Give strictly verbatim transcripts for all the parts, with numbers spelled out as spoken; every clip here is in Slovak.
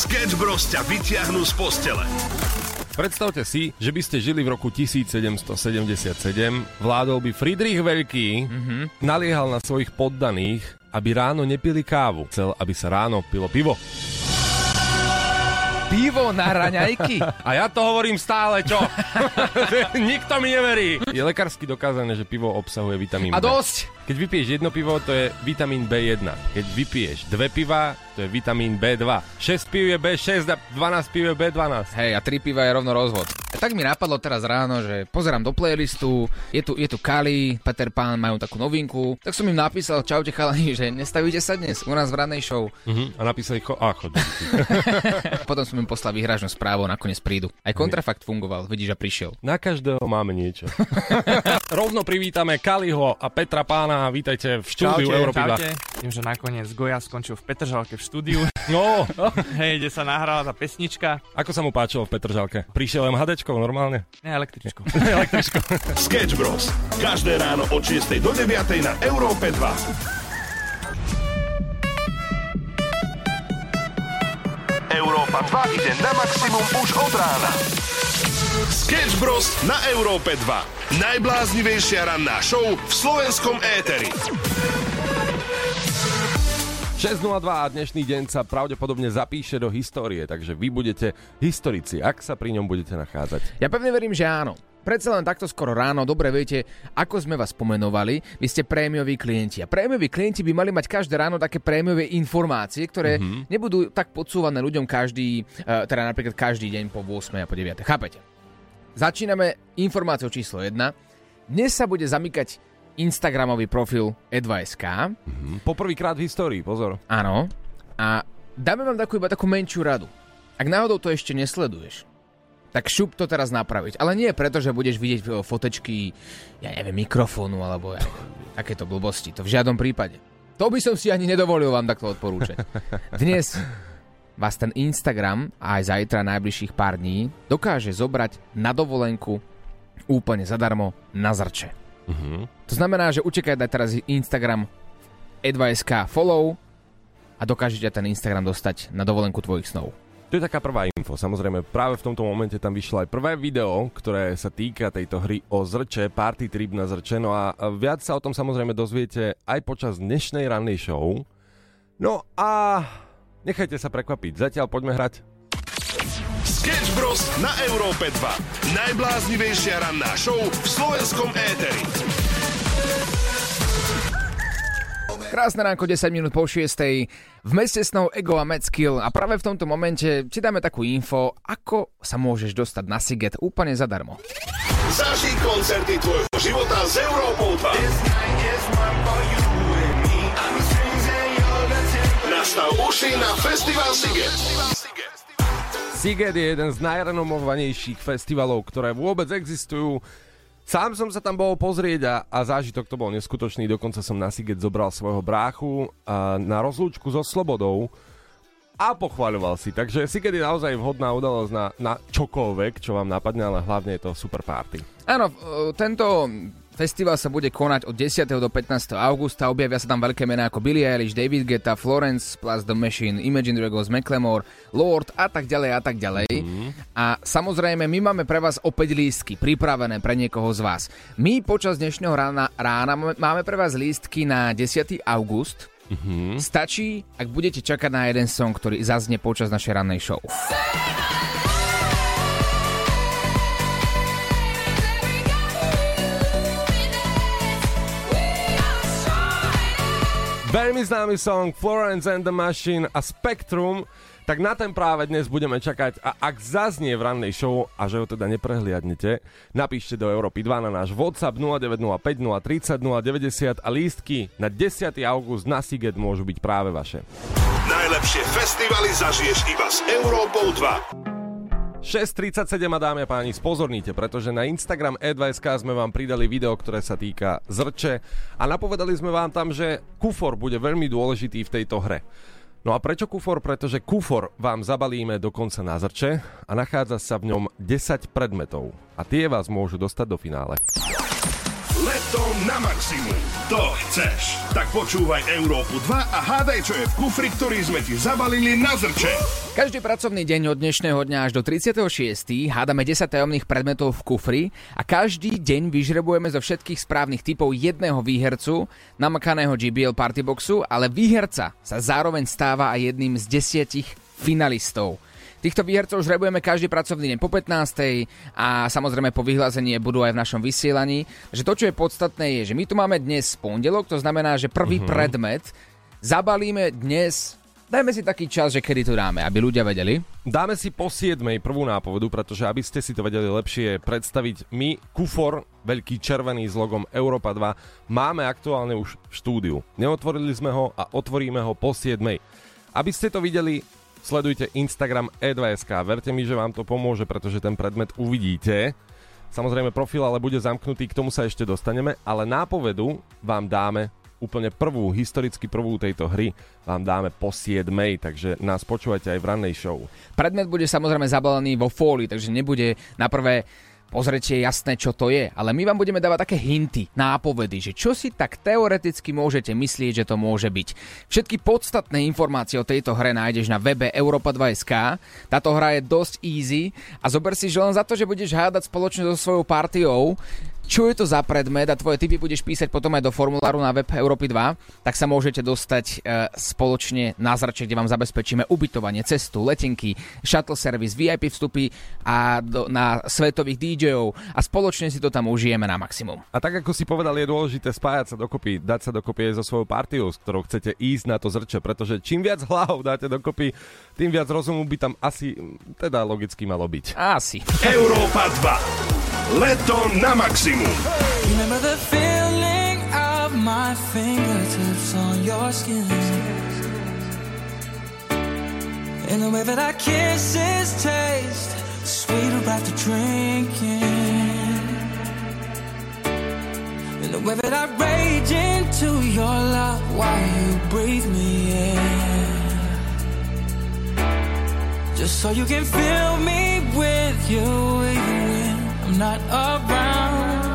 Sketch Bros ťa vytiahnu z postele. Predstavte si, že by ste žili v roku tisícsedemstosedemdesiatsedem, vládol by Friedrich Veľký, mm-hmm. naliehal na svojich poddaných, aby ráno nepili kávu. Chcel, aby sa ráno pilo pivo. Pivo na raňajky? A ja to hovorím stále, čo? Nikto mi neverí. Je lekársky dokázané, že pivo obsahuje vitamín A B. dosť! Keď vypiješ jedno pivo, to je vitamín bé jeden. Keď vypiješ dve piva, to je vitamín bé dva. šesť piv je bé šesť a dvanásť piv je bé dvanásť. Hej, a tri piva je rovno rozvod. Tak mi napadlo teraz ráno, že pozerám do playlistu, je tu, je tu Kali, Peter Pan, majú takú novinku. Tak som im napísal, čaute chalani, že nestavíte sa dnes u nás v rannej show. Uh-huh. A napísali, cho- a chod. Potom som im poslal výhražnú správu, nakoniec prídu. Aj kontrafakt fungoval, vidíš, a prišiel. Na každého máme niečo. Rovno privítame Kaliho a Petra Pána. Vítajte v štúdiu Európy dva. Čaute. Viem, že nakoniec Goja skončil v Petržalke v štúdiu. No. Hej, kde sa nahrala tá pesnička. Ako sa mu páčilo v Petržalke? Prišiel MHDčkou normálne? Ne, električkou. Električkou. Sketch Bros. Každé ráno od šiestej do deviatej na Európe dva. Európa dva ide na maximum už od rána. Sketch Bros. Na Európe dva. Najbláznivejšia ranná show v slovenskom éteri. šesť nula dva a dnešný deň sa pravdepodobne zapíše do histórie, takže vy budete historici, ak sa pri ňom budete nachádzať. Ja pevne verím, že áno. Predsa len takto skoro ráno, dobre viete, ako sme vás pomenovali, vy ste prémioví klienti. A prémioví klienti by mali mať každé ráno také prémiové informácie, ktoré mm-hmm. nebudú tak podsúvané ľuďom každý, teda napríklad každý deň po ôsmej a po deviatej. Chápete? Začíname informáciou číslo jedna. Dnes sa bude zamykať Instagramový profil e dva bodka es ká. Mm-hmm. Poprvýkrát v histórii, pozor. Áno. A dáme vám takú iba takú menšiu radu. Ak náhodou to ešte nesleduješ, tak šup to teraz napraviť. Ale nie preto, že budeš vidieť fotečky, ja neviem, mikrofónu alebo ja neviem, takéto blbosti. To v žiadnom prípade. To by som si ani nedovolil vám takto odporúčať. Dnes vás ten Instagram a aj zajtra najbližších pár dní dokáže zobrať na dovolenku úplne zadarmo na Zrče. Uh-huh. To znamená, že utekaj dať teraz Instagram e dva bodka es ká follow a dokážete ten Instagram dostať na dovolenku tvojich snov. To je taká prvá info. Samozrejme, práve v tomto momente tam vyšlo aj prvé video, ktoré sa týka tejto hry o Zrče, party trip na Zrče. No a viac sa o tom samozrejme dozviete aj počas dnešnej rannej show. No a nechajte sa prekvapiť. Zatiaľ poďme hrať. Sketch Bros. Na Európe dva. Najbláznivejšia ranná show v slovenskom éteri. Krásne ránko, desať minút po šiestej. V meste snov Ego a Metskill. A práve v tomto momente ti dáme takú info, ako sa môžeš dostať na Siget úplne zadarmo. Zažij koncerty tvojho života s Európou dva. Nastav uši na festival Siget. Siget je jeden z najrenomovanejších festivalov, ktoré vôbec existujú. Sám som sa tam bol pozrieť a, a zážitok to bol neskutočný. Dokonca som na Siget zobral svojho bráchu a na rozlúčku so slobodou a pochváľoval si. Takže Siget je naozaj vhodná udalosť na, na čokoľvek, čo vám napadne, ale hlavne je to super party. Áno, tento festival sa bude konať od desiateho do pätnásteho augusta. Objavia sa tam veľké mená ako Billie Eilish, David Guetta, Florence plus the Machine, Imagine Dragons, Macklemore, Lord a tak ďalej a tak ďalej. Mm. A samozrejme, my máme pre vás opäť lístky pripravené pre niekoho z vás. My počas dnešného rána, rána máme pre vás lístky na desiateho augusta. Mm-hmm. Stačí, ak budete čakať na jeden song, ktorý zaznie počas našej rannej show. Veľmi známy song Florence and the Machine a Spectrum, tak na ten práve dnes budeme čakať a ak zaznie v rannej show a že ho teda neprehliadnete, napíšte do Európy dva na náš WhatsApp nula deväť nula päť nula tridsať nula deväťdesiat a lístky na desiateho augusta na Siget môžu byť práve vaše. Najlepšie festivaly zažiješ iba s Európou dva. šesť tridsaťsedem a dámy a páni, spozornite, pretože na Instagram e dva bodka es ká sme vám pridali video, ktoré sa týka Zrče a napovedali sme vám tam, že kufor bude veľmi dôležitý v tejto hre. No a prečo kufor? Pretože kufor vám zabalíme dokonca na Zrče a nachádza sa v ňom desať predmetov a tie vás môžu dostať do finále. Leto na maximum. To chceš. Tak počúvaj Európu dva a hádaj, čo je v kufri, ktorý sme ti zabalili na zrče. Každý pracovný deň od dnešného dňa až do tridsiateho šiesteho hádame desať tajomných predmetov v kufri a každý deň vyžrebujeme zo všetkých správnych typov jedného výhercu namakaného G B L Partyboxu, ale výherca sa zároveň stáva aj jedným z desiatich finalistov. Týchto výhercov žrebujeme každý pracovný deň po pätnástej a samozrejme po vyhlásení budú aj v našom vysielaní. Že to, čo je podstatné, je, že my tu máme dnes pondelok, to znamená, že prvý uh-huh. predmet zabalíme dnes. Dajme si taký čas, že kedy to dáme, aby ľudia vedeli. Dáme si po siedmej prvú nápovedu, pretože aby ste si to vedeli lepšie predstaviť, my kufor, veľký červený s logom Európa dva, máme aktuálne už v štúdiu. Neotvorili sme ho a otvoríme ho po siedmej. Aby ste to videli, sledujte Instagram e dva bodka es ká. Verte mi, že vám to pomôže, pretože ten predmet uvidíte. Samozrejme profil ale bude zamknutý, k tomu sa ešte dostaneme, ale nápovedu vám dáme úplne prvú, historicky prvú tejto hry vám dáme po siedmej, takže nás počúvajte aj v rannej show. Predmet bude samozrejme zabalený vo fólii, takže nebude na prvé pozrite jasné, čo to je, ale my vám budeme dávať také hinty, nápovedy, že čo si tak teoreticky môžete myslieť, že to môže byť. Všetky podstatné informácie o tejto hre nájdeš na webe Európa dva bodka es ká. Táto hra je dosť easy a zober si, že len za to, že budeš hádať spoločne so svojou partiou, čo je to za predmet a tvoje tipy budeš písať potom aj do formuláru na web Európy dva, tak sa môžete dostať e, spoločne na zrče, kde vám zabezpečíme ubytovanie, cestu, letenky, shuttle service, vé í pé vstupy a do, na svetových dí džejov a spoločne si to tam užijeme na maximum. A tak ako si povedal, je dôležité spájať sa dokopy, dať sa dokopy aj so svojou partiou, s ktorou chcete ísť na to zrče, pretože čím viac hlav dáte dokopy, tým viac rozumu by tam asi, teda logicky malo byť. Asi. Európa dva. Leto na maximum. Remember the feeling of my fingertips on your skin, and the way that our kisses taste sweeter after drinking, and the way that I rage into your love while you breathe me in, just so you can fill me with you even when I'm not around.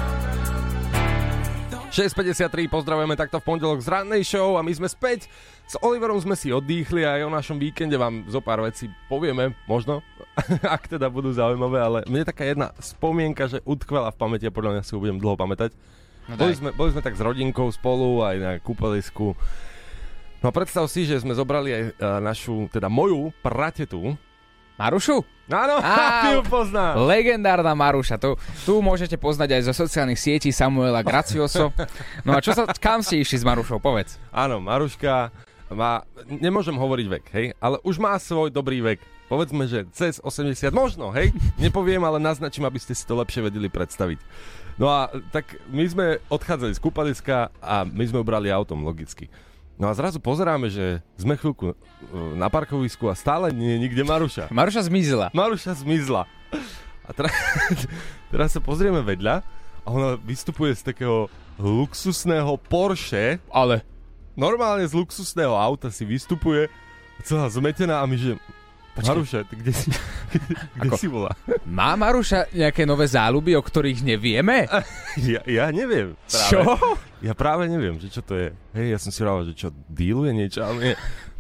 šesť päťdesiattri, pozdravujeme takto v pondelok z rannej show a my sme späť. S Oliverom sme si oddychli a aj o našom víkende vám zo pár vecí povieme, možno, ak teda budú zaujímavé, ale mne taká jedna spomienka, že utkvela v pamäti a podľa mňa si ju budem dlho pamätať. No boli, sme, boli sme tak s rodinkou spolu aj na kúpelisku. No a predstav si, že sme zobrali aj našu, teda moju pratetu, Marušu? Áno, ty ju pozná. Legendárna Maruša. Tu, tu môžete poznať aj zo sociálnych sietí Samuela Gracioso. No a čo sa, kam ste išli s Marušou, povedz. Áno, Maruška má, nemôžem hovoriť vek, hej, ale už má svoj dobrý vek. Povedzme, že cez osemdesiat, možno, hej, nepoviem, ale naznačím, aby ste si to lepšie vedeli predstaviť. No a tak my sme odchádzali z kúpaliska a my sme ubrali autom, logicky. No a zrazu pozeráme, že sme chvíľku na parkovisku a stále nie je nikde Maruša. Maruša zmizla. Maruša zmizla. A teraz, teraz sa pozrieme vedľa a ona vystupuje z takého luxusného Porsche. Ale? Normálne z luxusného auta si vystupuje, celá zmetená a my že... Počkej. Maruša, ty kde si, kde si bola? Má Maruša nejaké nové záľuby, o ktorých nevieme? Ja, ja neviem. Práve. Čo? Ja práve neviem, že čo to je. Hej, ja som si hovoril, že čo, dealuje niečo, ale nie.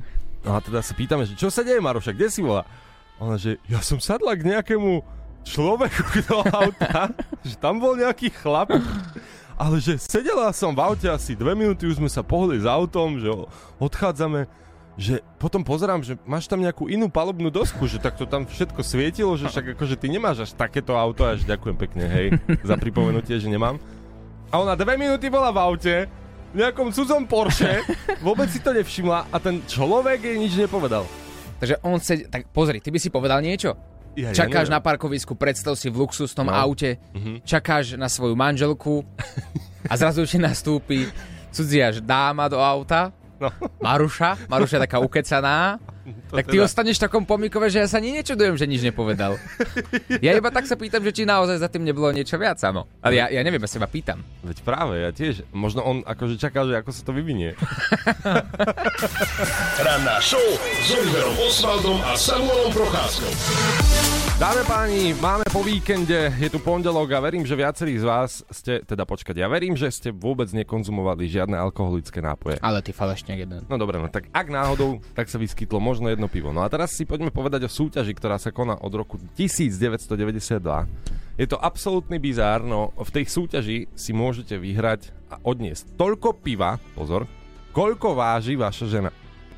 No a teda sa pýtame, že čo sa deje, Maruša, kde si bola? Ona, že ja som sadla k nejakému človeku do auta, že tam bol nejaký chlap, ale že sedela som v aute asi dve minúty, už sme sa pohli s autom, že odchádzame, že potom pozerám, že máš tam nejakú inú palubnú dosku, že tak to tam všetko svietilo, že však akože ty nemáš až takéto auto, až ďakujem pekne, hej, za pripomenutie, že nemám. A ona dve minúty bola v aute, v nejakom cudzom Porsche, vôbec si to nevšimla a ten človek jej nič nepovedal. Takže on sedí, tak pozri, ty by si povedal niečo? Ja, Čakáš ja na parkovisku, predstav si v luxusnom no. aute, uh-huh. Čakáš na svoju manželku a zrazu ti nastúpi cudzia dáma do auta, no. Maruša, Maruša je taká ukecaná Tak ty teda ostaneš v takom pomykove, že ja sa ani nečudujem, že nič nepovedal. Ja iba tak sa pýtam, že či naozaj za tým nebolo niečo viac, áno. Ale ja, ja neviem, ja sa iba pýtam. Veď práve, ja tiež. Možno on akože čakal, že ako sa to vyvinie. Ranná show s Oliverom Osvaldom a Samuelom Procházkou. Dáme páni, máme po víkende, je tu pondelok a verím, že viacerí z vás ste, teda počkať, ja verím, že ste vôbec nekonzumovali žiadne alkoholické nápoje. Ale ty falešňak jeden. No dobre, no tak ak náhodou, tak sa vyskytlo možno jedno pivo. No a teraz si poďme povedať o súťaži, ktorá sa koná od roku devätnásťstodeväťdesiatdva. Je to absolútny bizár, no v tej súťaži si môžete vyhrať a odniesť toľko piva, pozor, koľko váži vaša žena.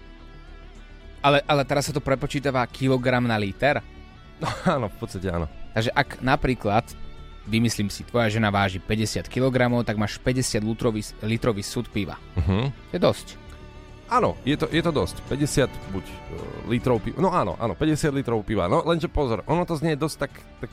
Ale, ale teraz sa to prepočítava kilogram na liter? No áno, v podstate áno. Takže ak napríklad, vymyslím si, tvoja žena váži päťdesiat kilogramov, tak máš päťdesiat litrový, litrový súd piva. Uh-huh. Je dosť. Áno, je to, je to dosť. päťdesiat buď uh, litrov piva. No áno, áno, päťdesiat litrov piva. No lenže pozor, ono to znie dosť tak, tak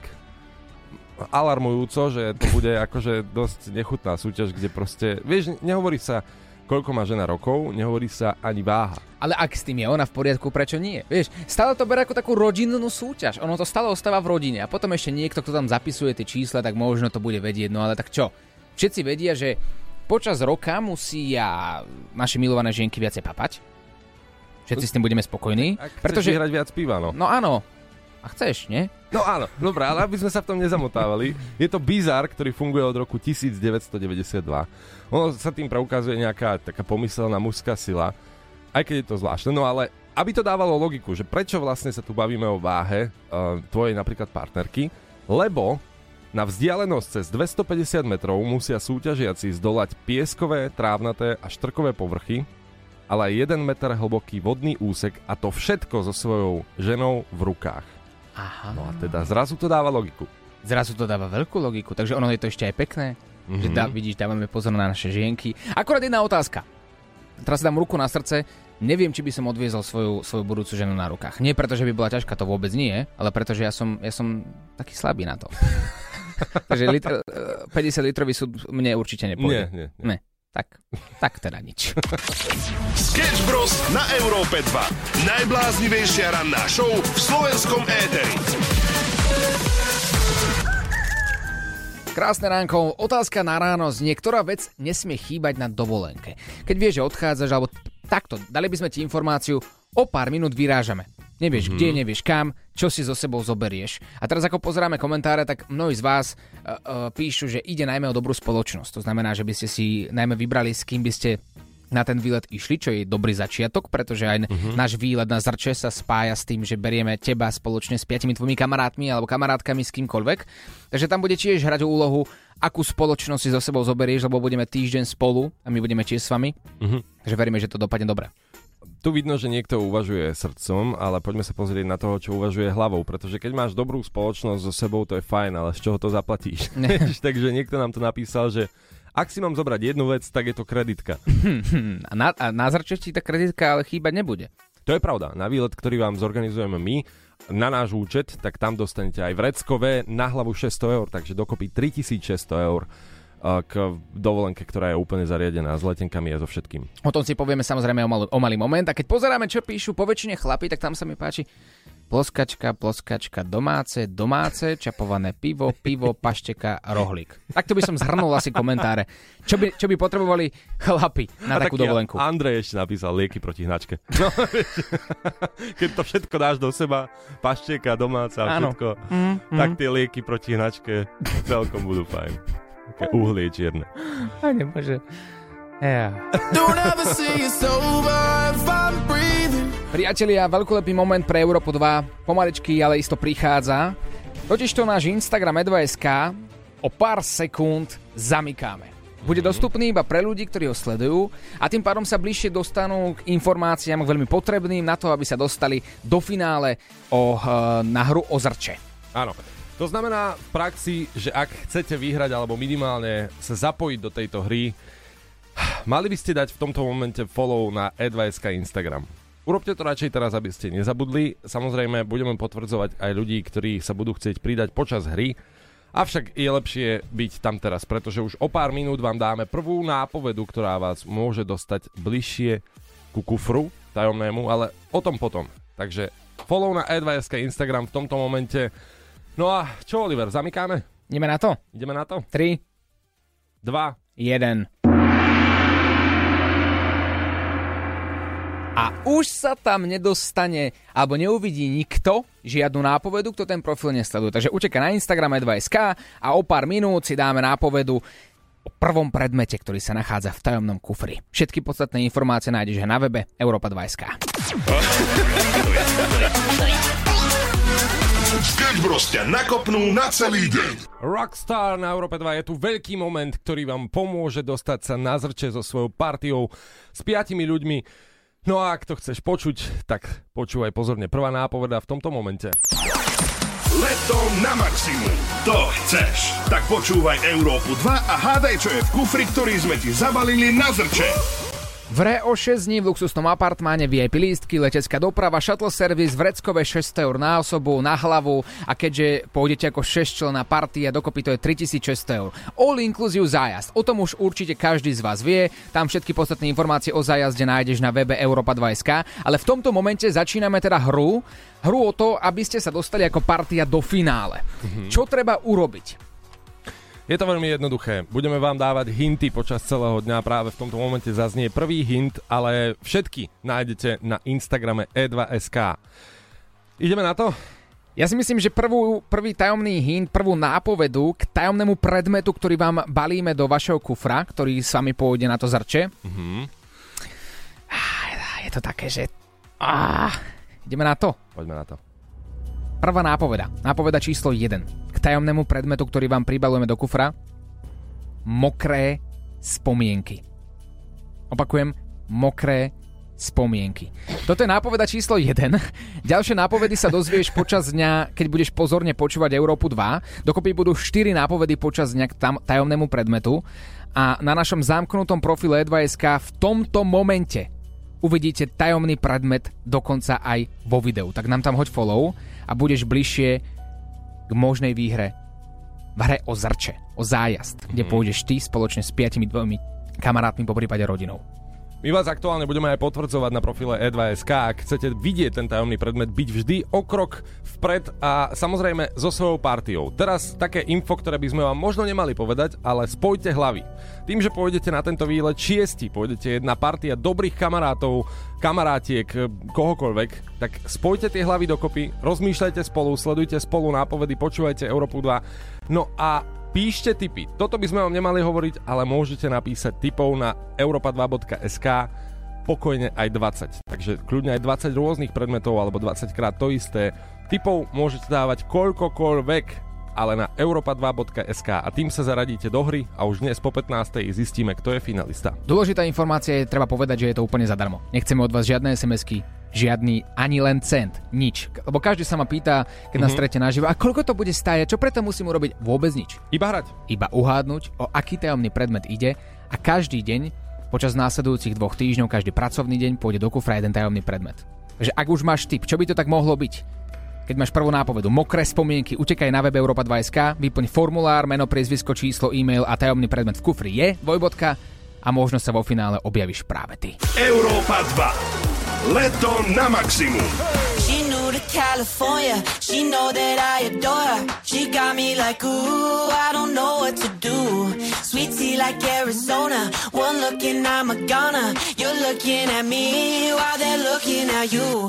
alarmujúco, že to bude akože dosť nechutná súťaž, kde proste, vieš, nehovorí sa, koľko má žena rokov, nehovorí sa ani váha. Ale ak s tým je ona v poriadku, prečo nie? Vieš, stále to berá ako takú rodinnú súťaž. Ono to stále ostáva v rodine a potom ešte niekto, kto tam zapisuje tie čísla, tak možno to bude vedieť. No ale tak čo? Všetci vedia, že počas roka musia naše milované žienky viacej papať. Všetci s tým budeme spokojní. Ak chceš pretože vyhrať viac piva, no. No áno. A chceš, nie? No áno, dobré, ale aby sme sa v tom nezamotávali, je to bizár, ktorý funguje od roku devätnásťstodeväťdesiatdva. Ono sa tým preukazuje nejaká taká pomyselná mužská sila, aj keď je to zvláštne, no ale aby to dávalo logiku, že prečo vlastne sa tu bavíme o váhe uh, tvojej napríklad partnerky, lebo na vzdialenosť cez dvestopäťdesiat metrov musia súťažiaci zdolať pieskové, trávnaté a štrkové povrchy, ale aj jeden meter hlboký vodný úsek a to všetko so svojou ženou v rukách. Aha. No a teda zrazu to dáva logiku. Zrazu to dáva veľkú logiku, takže ono je to ešte aj pekné, mm-hmm. že dá, vidíš, dávame pozor na naše žienky. Akorát jedna otázka. Teraz si dám ruku na srdce, neviem, či by som odviezol svoju, svoju budúcu ženu na rukách. Nie preto, že by bola ťažká, to vôbec nie, ale preto, že ja som, ja som taký slabý na to. Takže litr, päťdesiat litrový súd mne určite nepôjde. Nie, nie, nie. Ne. Tak, tak teda nič. Sketch Bros. Na Európe dva. Najbláznivejšia ranná show v slovenskom éteri. Krásne ránko, otázka na ráno znie, ktorá vec nesmie chýbať na dovolenke. Keď vieš, že odchádzaš, alebo takto, dali by sme ti informáciu, o pár minút vyrážame. Nevieš mm-hmm. kde, nevieš kam, čo si so sebou zoberieš. A teraz ako pozeráme komentáre, tak mnohí z vás uh, uh, píšu, že ide najmä o dobrú spoločnosť. To znamená, že by ste si najmä vybrali, s kým by ste na ten výlet išli, čo je dobrý začiatok, pretože aj mm-hmm. náš výlet na Zrče sa spája s tým, že berieme teba spoločne s piatimi tvojimi kamarátmi alebo kamarátkami s kýmkoľvek. Takže tam bude tiež hrať úlohu, akú spoločnosť si so sebou zoberieš, lebo budeme týždeň spolu a my budeme tiež s vami. Mm-hmm. Takže veríme, že to dopadne dobre. Tu vidno, že niekto uvažuje srdcom, ale poďme sa pozrieť na toho, čo uvažuje hlavou, pretože keď máš dobrú spoločnosť so sebou, to je fajn, ale z čoho to zaplatíš? Takže niekto nám to napísal, že ak si mám zobrať jednu vec, tak je to kreditka. A na, a na Zrče ti tá kreditka ale chýbať nebude. To je pravda. Na výlet, ktorý vám zorganizujeme my, na náš účet, tak tam dostanete aj vreckové na hlavu šesťsto eur, takže dokopy tritisícšesťsto eur k dovolenke, ktorá je úplne zariadená s letenkami a so všetkým. O tom si povieme samozrejme o malý, o malý moment. A keď pozeráme, čo píšu po väčšine chlapi, tak tam sa mi páči ploskačka, ploskačka, domáce, domáce, čapované pivo, pivo, pašteka, rohlík. Takto by som zhrnul asi komentáre. Čo by, čo by potrebovali chlapi na a takú taký dovolenku? Andrej ešte napísal lieky proti hnačke. No, keď to všetko dáš do seba, pašteka, domáca a všetko, mm, tak tie lieky proti hnačke celkom budú fajn. Také uhlie čierne. A nemôže. Yeah. Priatelia, veľkolepý moment pre Európu dva. Pomaličky, ale isto prichádza. Totižto náš Instagram e dva bodka es ká o pár sekúnd zamykáme. Bude dostupný iba pre ľudí, ktorí ho sledujú a tým pádom sa bližšie dostanú k informáciám veľmi potrebným na to, aby sa dostali do finále o, na hru o Zrče. Áno. To znamená v praxi, že ak chcete vyhrať alebo minimálne sa zapojiť do tejto hry, mali by ste dať v tomto momente follow na e dva bodka es ká Instagram. Urobte to radšej teraz, aby ste nezabudli. Samozrejme, budeme potvrdzovať aj ľudí, ktorí sa budú chcieť pridať počas hry. Avšak je lepšie byť tam teraz, pretože už o pár minút vám dáme prvú nápovedu, ktorá vás môže dostať bližšie ku kufru tajomnému, ale o tom potom. Takže follow na é dva es ká Instagram v tomto momente. No a čo, Oliver, zamykáme? Ideme na to? Ideme na to? tri, dva, jeden. A už sa tam nedostane, alebo neuvidí nikto žiadnu nápovedu, kto ten profil nesleduje. Takže učeka na Instagram é dva es ká a o pár minút si dáme nápovedu o prvom predmete, ktorý sa nachádza v tajomnom kufri. Všetky podstatné informácie nájdeš na webe Európa dva es ká. Sketch Bros ťa nakopnú na celý deň. Rockstar na Európe dva je tu veľký moment, ktorý vám pomôže dostať sa na zrče so svojou partiou s piatimi ľuďmi. No a ak to chceš počuť, tak počúvaj pozorne. Prvá nápoveda v tomto momente. Leto na maximum. To chceš. Tak počúvaj Európu dva a hádaj, čo je v kufri, ktorý sme ti zabalili na zrče. V hre o šesť dní v luxusnom apartmáne vé í pé lístky, letecká doprava, shuttle service, vreckové šesťsto eur na osobu, na hlavu a keďže pôjdete ako šesťčlenná partia, dokopy to je tritisícšesťsto eur. All inclusive zájazd. O tom už určite každý z vás vie. Tam všetky podstatné informácie o zájazde nájdeš na webe Európa dva es ká, ale v tomto momente začíname teda hru. Hru o to, aby ste sa dostali ako partia do finále. Mm-hmm. Čo treba urobiť? Je to veľmi jednoduché. Budeme vám dávať hinty počas celého dňa. Práve v tomto momente zaznie prvý hint, ale všetky nájdete na Instagrame é dva es ká. Ideme na to? Ja si myslím, že prvú, prvý tajomný hint, prvú nápovedu k tajomnému predmetu, ktorý vám balíme do vašeho kufra, ktorý s vami pôjde na to zrče. Mm-hmm. Je to také, že... Ah, ideme na to. Poďme na to. Prvá nápoveda. Nápoveda číslo jeden. K tajomnému predmetu, ktorý vám pribalujeme do kufra. Mokré spomienky. Opakujem, mokré spomienky. Toto je nápoveda číslo jeden. Ďalšie nápovedy sa dozvieš počas dňa, keď budeš pozorne počúvať Európu dva. Dokopy budú štyri nápovedy počas dňa k tam, tajomnému predmetu. A na našom zamknutom profile é dva es ká v tomto momente uvidíte tajomný predmet dokonca aj vo videu. Tak nám tam hoď follow a budeš bližšie k možnej výhre v hre o zrče, o zájazd, kde pôjdeš ty spoločne s piatimi dvomi kamarátmi, po prípade rodinou. My vás aktuálne budeme aj potvrdzovať na profile é dva es ká. Ak chcete vidieť ten tajomný predmet, byť vždy o krok vpred a samozrejme so svojou partiou. Teraz také info, ktoré by sme vám možno nemali povedať, ale spojte hlavy. Tým, že pôjdete na tento výlet šiesti, pôjdete jedna partia dobrých kamarátov, kamarátiek, kohokoľvek, tak spojte tie hlavy dokopy, rozmýšľajte spolu, sledujte spolu nápovedy, počúvajte Európu dva. No a píšte tipy. Toto by sme vám nemali hovoriť, ale môžete napísať tipov na europa dva bodka es ká pokojne aj dvadsať. Takže kľudne aj dvadsať rôznych predmetov alebo dvadsať krát to isté. Tipov môžete dávať koľkokoľvek, ale na europa dva bodka es ká a tým sa zaradíte do hry a už dnes po pätnástej zistíme, kto je finalista. Dôležitá informácia je, treba povedať, že je to úplne zadarmo. Nechceme od vás žiadne es em esky, žiadny ani len cent, nič. Lebo každý sa ma pýta, keď nás mm-hmm. stretne naživo, a koľko to bude stáť, čo preto musím urobiť? Vôbec nič. Iba hrať. Iba uhádnuť, o aký tajomný predmet ide a každý deň počas následujúcich dvoch týždňov, každý pracovný deň pôjde do kufra jeden tajomný predmet. Takže ak už máš tip, čo by to tak mohlo byť? Keď máš prvú nápovedu, mokré spomienky, utekaj na web Europa dva bodka es ká, vyplň formulár, meno, priezvisko, číslo, e-mail a tajomný predmet v kufri je dvojbodka a možno sa vo finále objavíš práve ty. Európa dva. Leto na maximum. She knew to California, she know that I adore her. She got me like, ooh, I don't know what to do. Sweet tea like Arizona, one look and I'm a goner. You're looking at me while they're looking at you.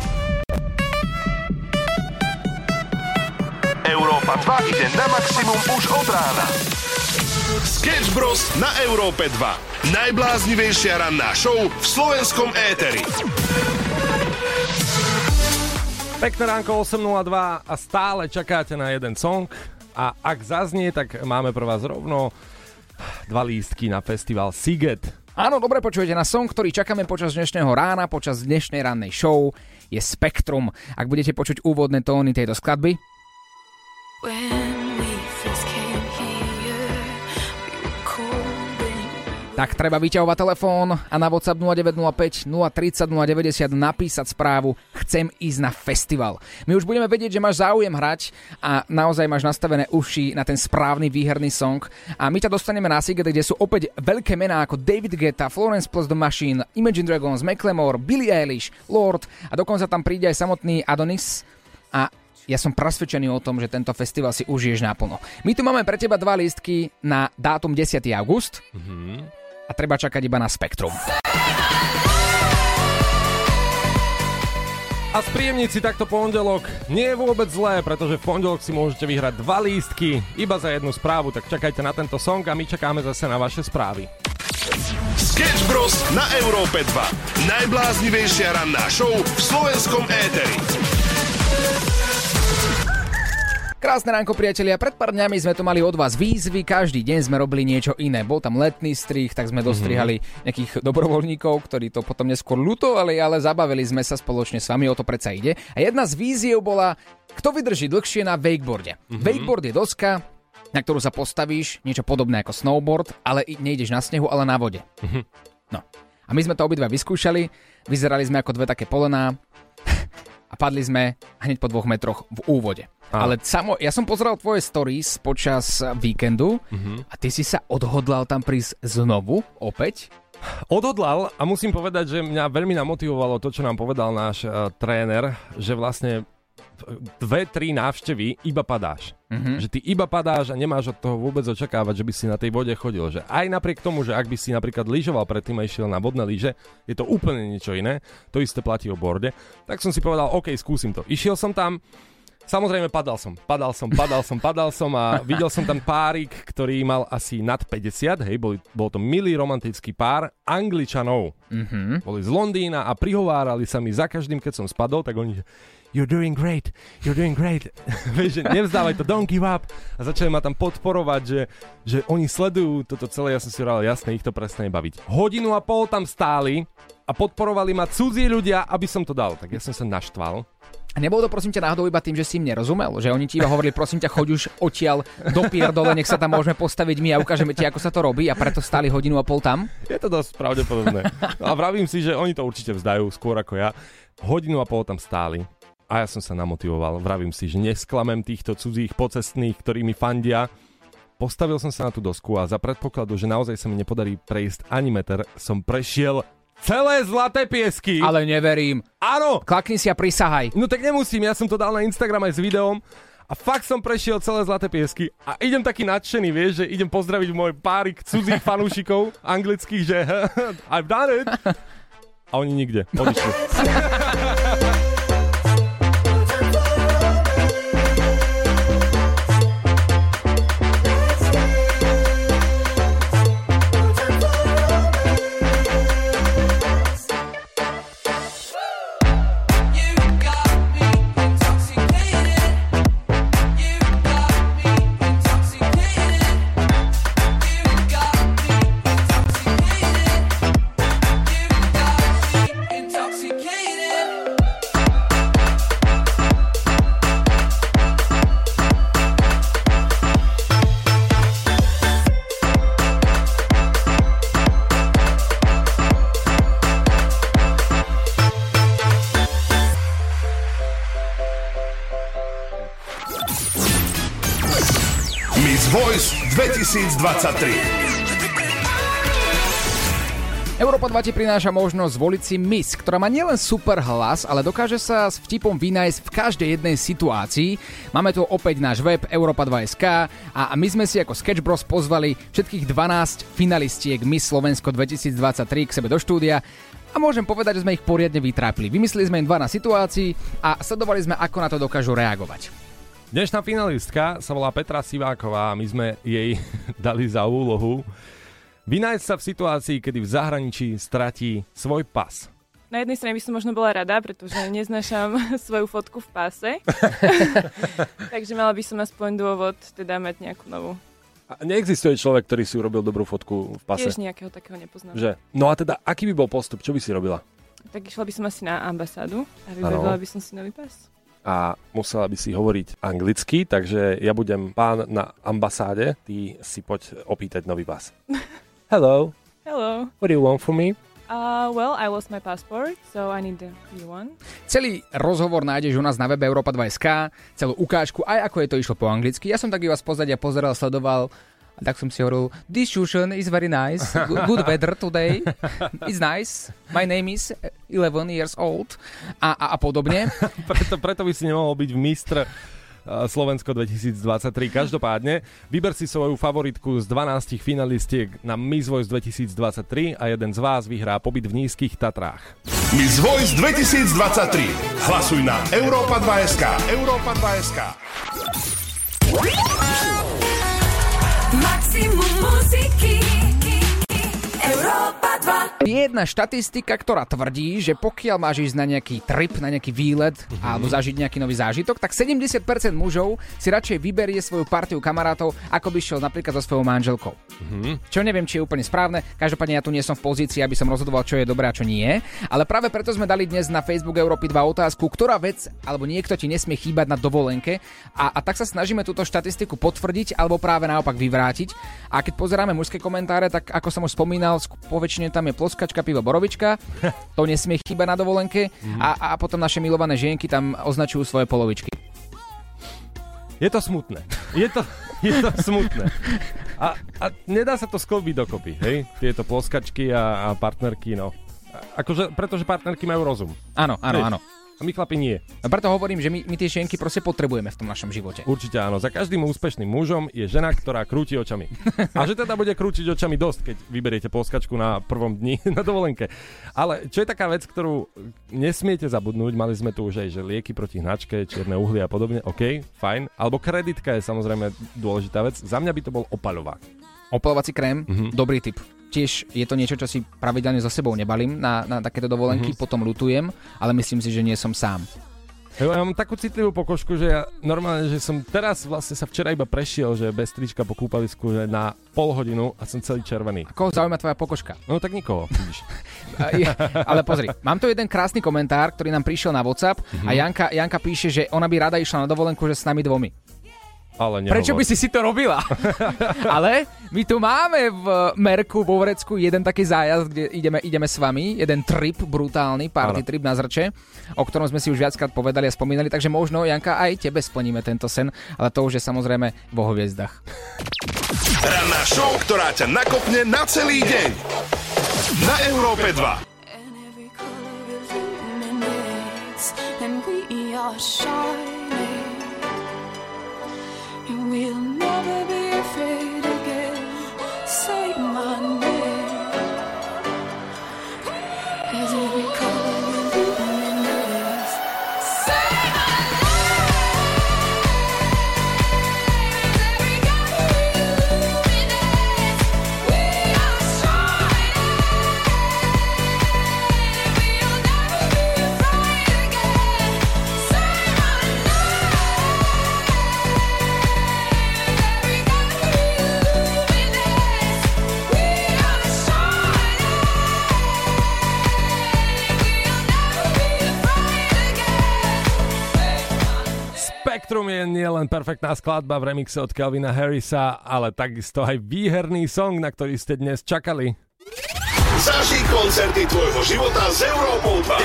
Európa dva ide na maximum už od rána. Sketch Bros na Európe dva. Najbláznivejšia ranná show v slovenskom éteri. Pekné ránko, osem nula dva a stále čakáte na jeden song a ak zaznie, tak máme pre vás rovno dva lístky na festival Siget. Áno, dobre počujete, na song, ktorý čakáme počas dnešného rána, počas dnešnej rannej show je Spektrum. Ak budete počuť úvodné tóny tejto skladby, When we first came here, we were cold and we Tak treba vyťahovať telefón a na WhatsApp nula deväť nula päť, nula tri nula, nula deväťdesiat napísať správu chcem ísť na festival. My už budeme vedieť, že máš záujem hrať a naozaj máš nastavené uši na ten správny výherný song a my ťa dostaneme na Sigete, kde sú opäť veľké mená ako David Guetta, Florence plus the Machine, Imagine Dragons, Macklemore, Billie Eilish, Lord a dokonca tam príde aj samotný Adonis a ja som presvedčený o tom, že tento festival si užiješ naplno. My tu máme pre teba dva lístky na dátum desiateho augusta mm-hmm. a treba čakať iba na Spektrum. A spríjemniť si takto pondelok nie je vôbec zlé, pretože v pondelok si môžete vyhrať dva lístky iba za jednu správu, tak čakajte na tento song a my čakáme zase na vaše správy. Sketch Bros. Na Európe dva. Najbláznivejšia ranná show v slovenskom éteri. Krásne ránko, priatelia. Pred pár dňami sme tu mali od vás výzvy, každý deň sme robili niečo iné. Bol tam letný strih, tak sme dostrihali nejakých dobrovoľníkov, ktorí to potom neskôr ľutovali, ale zabavili sme sa spoločne s vami, o to predsa ide. A jedna z víziev bola, kto vydrží dlhšie na wakeboarde. Mm-hmm. Wakeboard je doska, na ktorú sa postavíš, niečo podobné ako snowboard, ale nejdeš na snehu, ale na vode. Mm-hmm. No. A my sme to obidva vyskúšali, vyzerali sme ako dve také polená a padli sme hneď po dvoch metroch v úvode. A. Ale samo, ja som pozeral tvoje stories počas víkendu uh-huh. a ty si sa odhodlal tam prísť znovu, opäť? Odhodlal a musím povedať, že mňa veľmi namotivovalo to, čo nám povedal náš uh, tréner, že vlastne dve, tri návštevy iba padáš. Uh-huh. Že ty iba padáš a nemáš od toho vôbec očakávať, že by si na tej vode chodil. Že aj napriek tomu, že ak by si napríklad lyžoval predtým a išiel na vodné lyže, je to úplne niečo iné. To isté platí o borde. Tak som si povedal, OK, skúsim to. Išiel som tam. Samozrejme, padal som, padal som, padal som, padal som a videl som tam párik, ktorý mal asi nad päťdesiat, hej, bol, bol to milý romantický pár Angličanov. Mm-hmm. Boli z Londýna a prihovárali sa mi za každým, keď som spadol, tak oni, you're doing great, you're doing great. Vieš, že nevzdávaj to, don't give up. A začali ma tam podporovať, že, že oni sledujú toto celé, ja som si hovoril, jasné, ich to prestane baviť. Hodinu a pol tam stáli a podporovali ma cudzí ľudia, aby som to dal. Tak ja som sa naštval. A nebolo to prosím ťa náhodou iba tým, že si im nerozumel? Že oni ti iba hovorili, prosím ťa, choď už odtiaľ do pier dole, nech sa tam môžeme postaviť my a ukážeme ti, ako sa to robí a preto stáli hodinu a pol tam? Je to dosť pravdepodobné. No a vravím si, že oni to určite vzdajú skôr ako ja. Hodinu a pol tam stáli a ja som sa namotivoval. Vravím si, že nesklamem týchto cudzích pocestných, ktorí mi fandia. Postavil som sa na tú dosku a za predpokladu, že naozaj sa mi nepodarí prejsť ani meter, som prešiel celé Zlaté piesky. Ale neverím. Áno. Klakni si a prisahaj. No tak nemusím, ja som to dal na Instagram aj s videom a fakt som prešiel celé Zlaté piesky a idem taký nadšený, vieš, že idem pozdraviť môj párik cudzích fanúšikov anglických, že I've done it. A oni nikde, odišli. Voice dvetisícdvadsaťtri. Európa dva ti prináša možnosť zvoliť si Miss, ktorá má nielen super hlas, ale dokáže sa s vtipom vynájsť v každej jednej situácii. Máme tu opäť náš web Európa dva bodka es ká a my sme si ako Sketch Bros pozvali všetkých dvanásť finalistiek Miss Slovensko dvetisícdvadsaťtri k sebe do štúdia. A môžem povedať, že sme ich poriadne vytrápili. Vymysleli sme im dvanásť situácií a sledovali sme, ako na to dokážu reagovať. Dnešná finalistka sa volá Petra Siváková a my sme jej dali za úlohu vynájsť sa v situácii, kedy v zahraničí stratí svoj pas. Na jednej strane by som možno bola rada, pretože neznášam svoju fotku v páse. Takže mala by som aspoň dôvod teda mať nejakú novú. A neexistuje človek, ktorý si urobil dobrú fotku v pase? Tiež nejakého takého nepoznám. Že? No a teda, aký by bol postup? Čo by si robila? Tak išla by som asi na ambasádu a vybavila by som si nový pas. A musela by si hovoriť anglicky, takže ja budem pán na ambasáde, ty si poď opýtať nový pas. Hello, Hello. What do you want from me? Uh, well, I lost my passport, so I need a new one. Celý rozhovor nájdeš u nás na webe Europa dva bodka es ká, celú ukážku, aj ako je to išlo po anglicky. Ja som tak iba spozadia pozeral, sledoval, a tak som si hovoril, this Shushan is very nice, good, good weather today, it's nice, my name is eleven years old a, a, a podobne. preto, preto by si nemohol byť v mistre Slovensko dvetisícdvadsaťtri. Každopádne, vyber si svoju favoritku z dvanástich finalistiek na Miss Voice dvetisícdvadsaťtri a jeden z vás vyhrá pobyt v Nízkych Tatrách. Miss Voice dvetisícdvadsaťtri. Hlasuj na Europa dva bodka es ká. Europa dva bodka es ká. Maximum muziky Europa dva. Je jedna štatistika, ktorá tvrdí, že pokiaľ máš ísť na nejaký trip, na nejaký výlet mm-hmm. alebo zažiť nejaký nový zážitok, tak sedemdesiat percent mužov si radšej vyberie svoju partiu kamarátov, ako by šiel napríklad so svojou manželkou. Mm-hmm. Čo neviem, či je úplne správne. Každopádne ja tu nie som v pozícii, aby som rozhodoval, čo je dobré a čo nie. Ale práve preto sme dali dnes na Facebook Európy dva otázku, ktorá vec alebo niekto ti nesmie chýbať na dovolenke. A, a tak sa snažíme túto štatistiku potvrdiť alebo práve naopak vyvrátiť. A keď pozeráme mužské komentáre, tak ako som už spomínal, poväčšine tam je ploskačka, pivo, borovička. To nesmie chýbať na dovolenke. Mm. A, a potom naše milované žienky tam označujú svoje polovičky. Je to smutné. Je to, je to smutné. A, a nedá sa to sklbiť dokopy, hej? Tieto ploskačky a, a partnerky, no. Akože, pretože partnerky majú rozum. Áno, áno, hej. áno. A my chlapi nie. A preto hovorím, že my, my tie žienky proste potrebujeme v tom našom živote. Určite áno. Za každým úspešným mužom je žena, ktorá krúti očami. A že teda bude krútiť očami dosť, keď vyberiete ploskačku na prvom dni na dovolenke. Ale čo je taká vec, ktorú nesmiete zabudnúť, mali sme tu už aj, že lieky proti hnačke, čierne uhlie a podobne, OK, fajn. Alebo kreditka je samozrejme dôležitá vec. Za mňa by to bol opaľovák. Opaľovací krém, Mhm. dobrý tip. Tiež je to niečo, čo si pravidelne so sebou nebalím na, na takéto dovolenky, mm-hmm. potom ľutujem, ale myslím si, že nie som sám. Ja mám takú citlivú pokožku, že ja normálne, že som teraz vlastne sa včera iba prešiel, že bez trička po kúpalisku, že na pol hodinu a som celý červený. A koho zaujíma tvoja pokožka? No tak nikoho, vidíš. Ale pozri, mám tu jeden krásny komentár, ktorý nám prišiel na WhatsApp mm-hmm. a Janka, Janka píše, že ona by rada išla na dovolenku, že s nami dvomi. Ale prečo by si si to robila? Ale my tu máme v Merku, vo Vrecku jeden taký zájazd, kde ideme, ideme s vami, jeden trip, brutálny party Ale. trip na Zrče, o ktorom sme si už viackrát povedali a spomínali, takže možno, Janka, aj tebe splníme tento sen, ale to už je samozrejme vo hviezdach. Ranná show, ktorá ťa nakopne na celý deň. Na Európe dva. And we'll never be afraid again. Say my name. As every color illuminates. Say my name. As every color illuminates. We are shining. And we'll never be afraid again. Say my name. Spectrum je nielen perfektná skladba v remixe od Calvina Harrisa, ale takisto aj výherný song, na ktorý ste dnes čakali. Zažij koncerty tvojho života s Európou dva.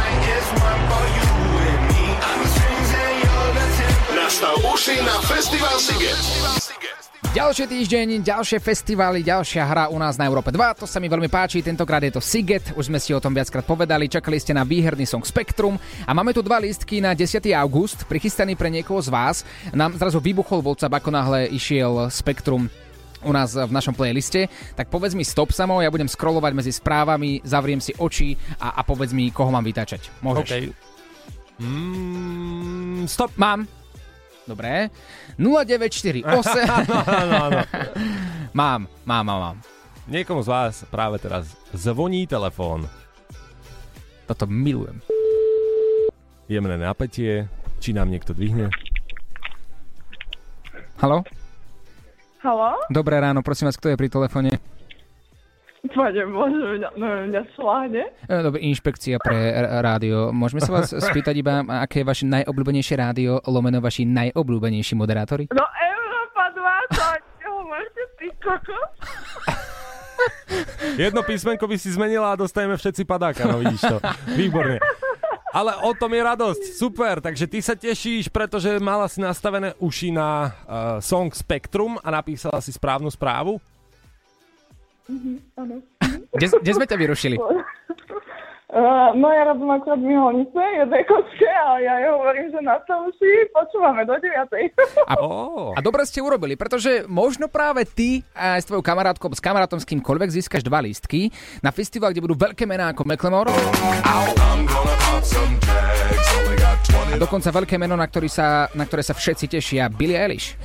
Nastav uši na Festival Siget. Ďalší týždeň, ďalšie festivály, ďalšia hra u nás na Európe dva, to sa mi veľmi páči, tentokrát je to Siget, už sme si o tom viackrát povedali, čakali ste na výherný song Spektrum a máme tu dva lístky na desiateho augusta, prichystaný pre niekoho z vás. Nám zrazu vybuchol WhatsApp, ako náhle išiel Spektrum u nás v našom playliste, tak povedz mi stop samo, ja budem scrollovať medzi správami, zavriem si oči a, a povedz mi, koho mám vytáčať. Môžeš. Okay. Mm, stop. Mám. Dobre. nula deväť štyri osem no, no, no. Mám, mám, mám, mám. Niekomu z vás práve teraz zvoní telefón. Toto milujem. Jemné napätie. Či nám niekto dvihne? Haló? Haló? Dobré ráno, prosím vás, kto je pri telefóne? Pane Bože, mňa, no, mňa šláhne. Dobre, inšpekcia pre r- rádio. Môžeme sa vás spýtať iba, aké je vaše najobľúbenejšie rádio, lomeno vaši najobľúbenejší moderátori? No Európa dva, to čo ho máte, ty koko? Jedno písmenko by si zmenila a dostaneme všetci padáka, no vidíš to. Výborne. Ale o tom je radosť, super, takže ty sa tešíš, pretože mala si nastavené uši na uh, song Spektrum a napísala si správnu správu? Mhm, áno. Kde, kde sme ťa vyrušili? Uh, no ja robím akurát myholnice, jednej kocke a ja jej hovorím, že na to uši počúvame do deviatej. A, Oh. a dobre ste urobili, pretože možno práve ty a s tvojou kamarátkou, s kamarátom, s kýmkoľvek získaš dva lístky na festival, kde budú veľké mená ako Macklemore. A dokonca veľké meno, na, ktorý sa, na ktoré sa všetci tešia, Billie Eilish.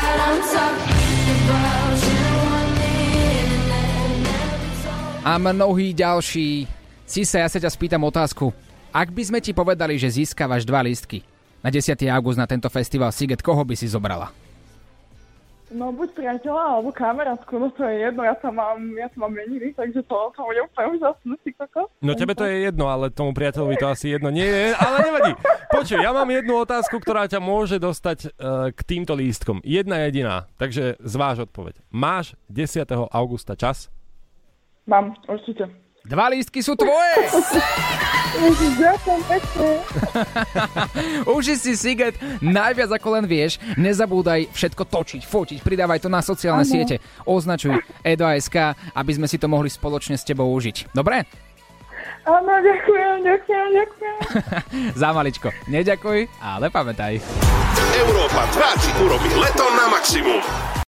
A mnohí ďalší. Sisa, ja sa ťa spýtam otázku. Ak by sme ti povedali, že získavaš dva lístky na desiateho augusta na tento festival Siget, koho by si zobrala? No buď priateľa, alebo kamarátku, no to je jedno, ja sa mám, ja sa mám meniny, takže to, to bude úplne úžasné, si koko. No tebe to je jedno, ale tomu priateľovi to asi jedno nie je, ale nevadí. Počuj, ja mám jednu otázku, ktorá ťa môže dostať uh, k týmto lístkom. Jedna jediná, takže zváž odpoveď. Máš desiateho augusta čas? Mám, určite. Dva lístky sú tvoje! Ďakujem pekne. Uži si Siget najviac ako len vieš. Nezabúdaj všetko točiť, fotiť, pridávaj to na sociálne ano. siete. Označuj Edo bodka es ká, aby sme si to mohli spoločne s tebou užiť. Dobre? Áno, ďakujem, ďakujem, ďakujem. Za maličko. Neďakuj, ale pamätaj. Európa dva ti urobí leto na maximum.